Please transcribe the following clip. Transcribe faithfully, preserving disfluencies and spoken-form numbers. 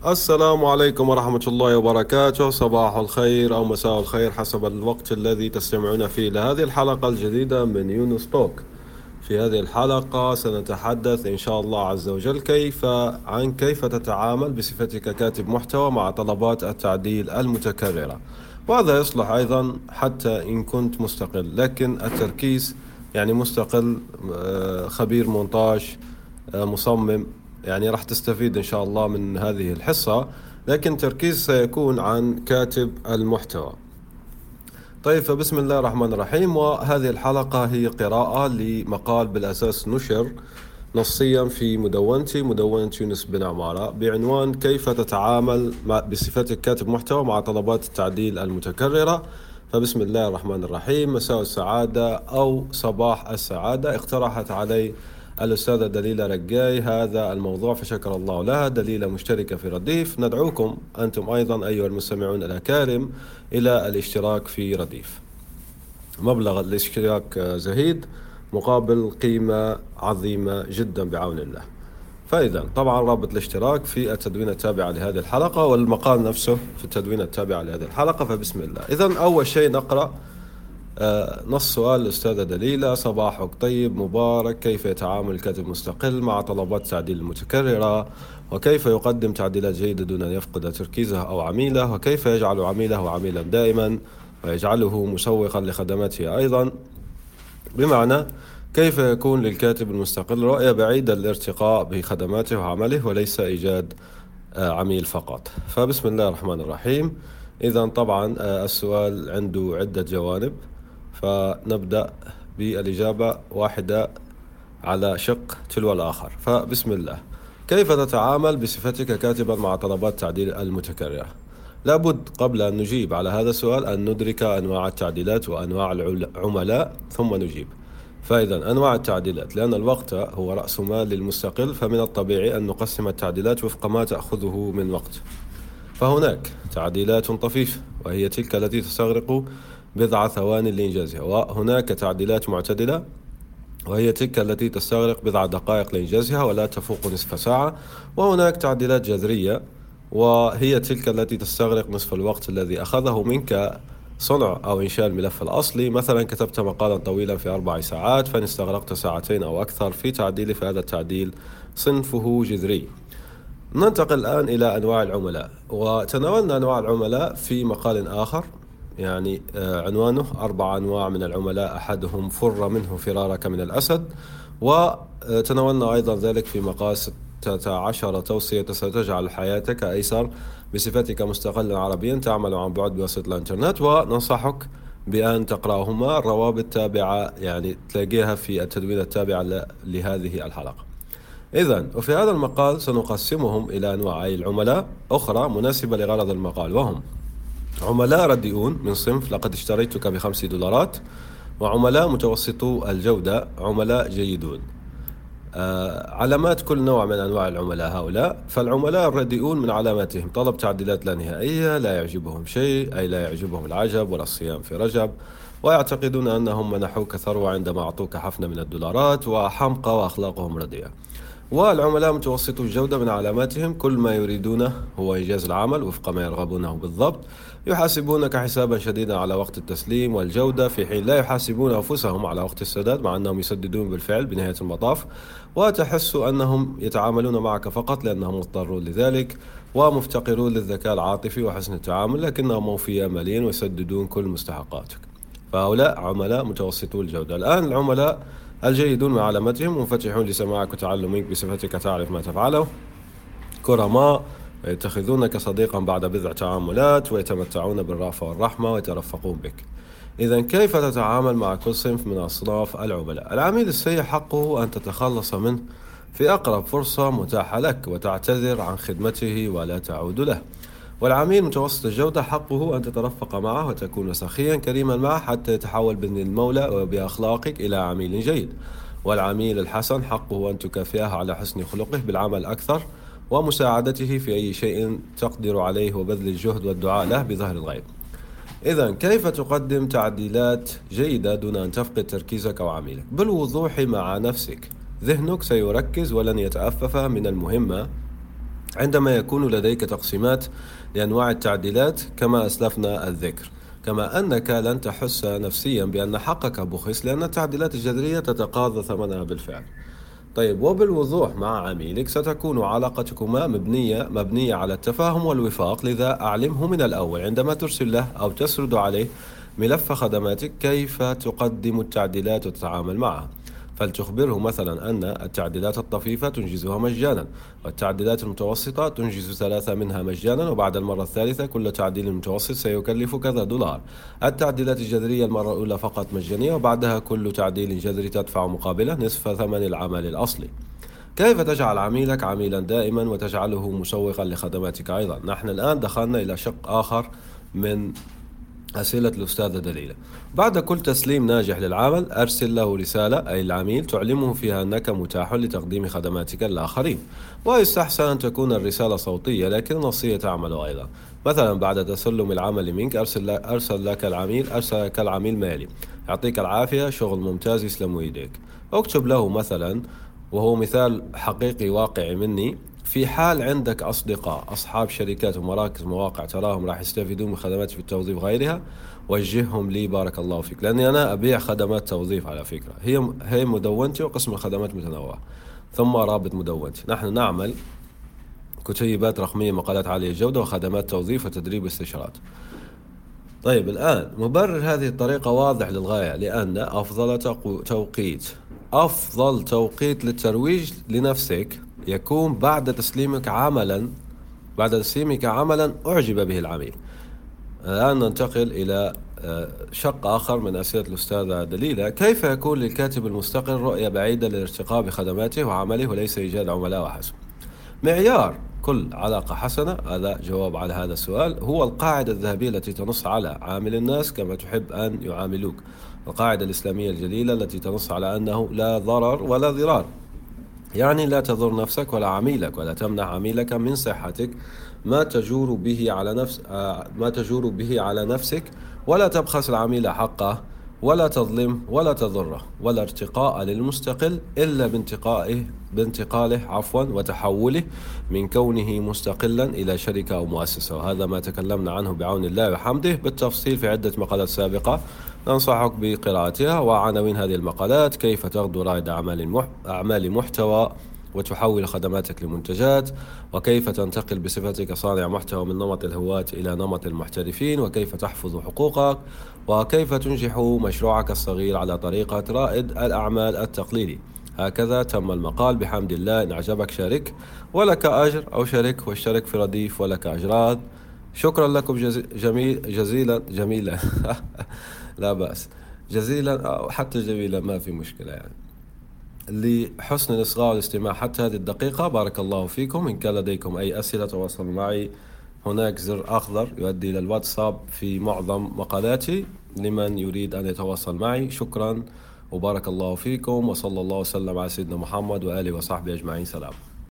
السلام عليكم ورحمة الله وبركاته، صباح الخير أو مساء الخير حسب الوقت الذي تستمعون فيه لهذه الحلقة الجديدة من يونس توك. في هذه الحلقة سنتحدث إن شاء الله عز وجل كيف عن كيف تتعامل بصفتك كاتب محتوى مع طلبات التعديل المتكررة، وهذا يصلح أيضا حتى إن كنت مستقل، لكن التركيز يعني مستقل، آه، خبير مونتاج، آه، مصمم، يعني راح تستفيد إن شاء الله من هذه الحصة، لكن تركيز سيكون عن كاتب المحتوى. طيب، فبسم الله الرحمن الرحيم. وهذه الحلقة هي قراءة لمقال بالأساس نشر نصيا في مدونتي، مدونة يونس بن عمارة، بعنوان كيف تتعامل مع بصفتك كاتب محتوى مع طلبات التعديل المتكررة. فبسم الله الرحمن الرحيم. مساء السعادة أو صباح السعادة. اقترحت علي الأستاذة دليلة رجاي هذا الموضوع فشكر الله لها. دليلة مشتركة في رديف. ندعوكم أنتم أيضا أيها المستمعون الأكارم إلى الاشتراك في رديف. مبلغ الاشتراك زهيد مقابل قيمة عظيمة جدا بعون الله. فإذا طبعا رابط الاشتراك في التدوين التابع لهذه الحلقة، والمقال نفسه في التدوين التابع لهذه الحلقة. فبسم الله. إذن أول شيء نقرأ آه نص سؤال الأستاذة دليلة. صباحك طيب مبارك. كيف يتعامل الكاتب المستقل مع طلبات التعديل المتكررة؟ وكيف يقدم تعديلات جيدة دون أن يفقد تركيزه أو عميله؟ وكيف يجعل عميله عميلا دائما ويجعله مسوقا لخدماته أيضا؟ بمعنى كيف يكون للكاتب المستقل رؤية بعيدة للارتقاء بخدماته وعمله وليس إيجاد آه عميل فقط. فبسم الله الرحمن الرحيم. إذا طبعا آه السؤال عنده عدة جوانب، فنبدأ بالإجابة واحدة على شق تلو الآخر. فبسم الله. كيف تتعامل بصفتك كاتبا مع طلبات التعديل المتكررة؟ لابد قبل أن نجيب على هذا السؤال أن ندرك أنواع التعديلات وأنواع العملاء ثم نجيب. فإذا أنواع التعديلات، لأن الوقت هو رأس مال للمستقل، فمن الطبيعي أن نقسم التعديلات وفق ما تأخذه من وقت. فهناك تعديلات طفيفة وهي تلك التي تستغرق بضع ثوان لإنجازها، وهناك تعديلات معتدلة وهي تلك التي تستغرق بضع دقائق لإنجازها ولا تفوق نصف ساعة، وهناك تعديلات جذرية وهي تلك التي تستغرق نصف الوقت الذي أخذه منك صنع أو إنشاء الملف الأصلي. مثلا كتبت مقالا طويلا في أربع ساعات، فإن استغرقت ساعتين أو أكثر في تعديله فهذا التعديل صنفه جذري. ننتقل الآن إلى أنواع العملاء، وتناولنا أنواع العملاء في مقال آخر، يعني عنوانه أربع أنواع من العملاء أحدهم فر منه فرارك من الأسد. وتناولنا أيضا ذلك في مقال ستة عشر توصية ستجعل حياتك أيسر بصفتك مستقلا عربيا تعمل عن بعد بواسطة الإنترنت، وننصحك بأن تقرأهما. الروابط تابعة، يعني تلاقيها في التدوين التابع لهذه الحلقة. إذن وفي هذا المقال سنقسمهم إلى أنواع العملاء أخرى مناسبة لغرض المقال، وهم عملاء رديئون من صنف لقد اشتريتك بخمس دولارات، وعملاء متوسطو الجودة، عملاء جيدون. آه علامات كل نوع من أنواع العملاء هؤلاء. فالعملاء الرديئون من علاماتهم طلب تعديلات لا نهائية، لا يعجبهم شيء، أي لا يعجبهم العجب ولا الصيام في رجب، ويعتقدون أنهم منحوك ثروة عندما أعطوك حفنة من الدولارات، وحمقى وأخلاقهم رديئة. والعملاء متوسطو الجودة من علاماتهم كل ما يريدونه هو إنجاز العمل وفق ما يرغبونه بالضبط، يحاسبونك حسابا شديدا على وقت التسليم والجودة، في حين لا يحاسبون أنفسهم على وقت السداد مع أنهم يسددون بالفعل بنهاية المطاف، وتحس أنهم يتعاملون معك فقط لأنهم مضطرون لذلك، ومفتقرون للذكاء العاطفي وحسن التعامل، لكنهم موفي أمليين ويسددون كل مستحقاتك. فهؤلاء عملاء متوسطو الجودة. الآن العملاء الجيدون مع علامتهم منفتحون لسماعك وتعلمك بصفتك تعرف ما تفعله، كرماء، ويتخذونك صديقا بعد بضع تعاملات، ويتمتعون بالرأفة والرحمة ويترفقون بك. إذا كيف تتعامل مع كل صنف من أصناف العملاء؟ العميل السيء حقه أن تتخلص منه في أقرب فرصة متاحة لك وتعتذر عن خدمته ولا تعود له. والعميل متوسط الجودة حقه أن تترفق معه وتكون سخيا كريما معه حتى يتحول بإذن المولى وبأخلاقك إلى عميل جيد. والعميل الحسن حقه أن تكافئه على حسن خلقه بالعمل أكثر ومساعدته في أي شيء تقدر عليه وبذل الجهد والدعاء له بظهر الغيب. إذن كيف تقدم تعديلات جيدة دون أن تفقد تركيزك أو عميلك؟ بالوضوح مع نفسك. ذهنك سيركز ولن يتأفف من المهمة عندما يكون لديك تقسيمات لأنواع التعديلات كما أسلفنا الذكر، كما أنك لن تحس نفسيا بأن حقك بخس لأن التعديلات الجذرية تتقاضى ثمنها بالفعل. طيب، وبالوضوح مع عميلك ستكون علاقتكما مبنية مبنية على التفاهم والوفاق، لذا أعلمه من الأول عندما ترسل له أو تسرد عليه ملف خدماتك كيف تقدم التعديلات وتتعامل معها. فلتخبره مثلا أن التعديلات الطفيفة تنجزها مجانا، والتعديلات المتوسطة تنجز ثلاثة منها مجانا، وبعد المرة الثالثة كل تعديل متوسط سيكلف كذا دولار. التعديلات الجذرية المرة الأولى فقط مجانية، وبعدها كل تعديل جذري تدفع مقابله نصف ثمن العمل الأصلي. كيف تجعل عميلك عميلا دائما وتجعله مسوقا لخدماتك أيضا؟ نحن الآن دخلنا إلى شق آخر من أسئلة الأستاذة دليلة. بعد كل تسليم ناجح للعمل أرسل له رسالة، أي العميل، تعلمه فيها أنك متاح لتقديم خدماتك للآخرين. ويستحسن أن تكون الرسالة صوتية، لكن النصية تعمل أيضا. مثلا بعد تسلم العمل منك أرسل لك, أرسل لك العميل أرسل لك العميل مالي: يعطيك العافية، شغل ممتاز، يسلم يديك. اكتب له مثلا، وهو مثال حقيقي واقعي مني: في حال عندك أصدقاء أصحاب شركات ومراكز مواقع تراهم راح يستفيدون من خدماتي في التوظيف غيرها، وجههم لي بارك الله فيك، لأني أنا أبيع خدمات توظيف على فكرة. هي هي مدونتي وقسم الخدمات متنوعة، ثم رابط مدونتي. نحن نعمل كتيبات رقمية، مقالات عالية الجودة، وخدمات توظيف وتدريب واستشارات. طيب، الآن مبرر هذه الطريقة واضح للغاية، لأن أفضل توقيت أفضل توقيت للترويج لنفسك يكون بعد تسليمك عملا بعد تسليمك عملا أعجب به العميل. الآن ننتقل إلى شق آخر من أسئلة الأستاذة دليلة: كيف يكون للكاتب المستقل رؤية بعيدة للارتقاء بخدماته وعمله وليس إيجاد عملاء وحسب؟ معيار كل علاقة حسنة، هذا جواب على هذا السؤال، هو القاعدة الذهبية التي تنص على عامل الناس كما تحب أن يعاملوك، القاعدة الإسلامية الجليلة التي تنص على أنه لا ضرر ولا ضرار، يعني لا تضر نفسك ولا عميلك، ولا تمنع عميلك من صحتك ما تجور به على نفس ما تجور به على نفسك، ولا تبخس العميل حقه، ولا تظلم ولا تضره. ولا ارتقاء للمستقل إلا بانتقائه بانتقاله عفوا وتحوله من كونه مستقلا إلى شركة أو مؤسسة. وهذا ما تكلمنا عنه بعون الله وحمده بالتفصيل في عدة مقالات سابقة، ننصحك بقراءتها. وعناوين هذه المقالات: كيف تغدو رائد أعمال أعمال محتوى وتحول خدماتك لمنتجات، وكيف تنتقل بصفتك صانع محتوى من نمط الهواة إلى نمط المحترفين، وكيف تحفظ حقوقك، وكيف تنجح مشروعك الصغير على طريقة رائد الأعمال التقليدي. هكذا تم المقال بحمد الله. إن أعجبك شارك ولك أجر، أو شارك واشترك في رديف ولك أجران. شكرا لكم جميل جزيلا جميلا لا بأس، جزيلا أو حتى جميلا ما في مشكلة يعني، لحسن الإصغاء والاستماع حتى هذه الدقيقة. بارك الله فيكم. إن كان لديكم أي أسئلة تواصلوا معي، هناك زر أخضر يؤدي إلى الواتساب في معظم مقالاتي لمن يريد أن يتواصل معي. شكرا وبارك الله فيكم، وصلى الله وسلم على سيدنا محمد وآله وصحبه أجمعين. سلام.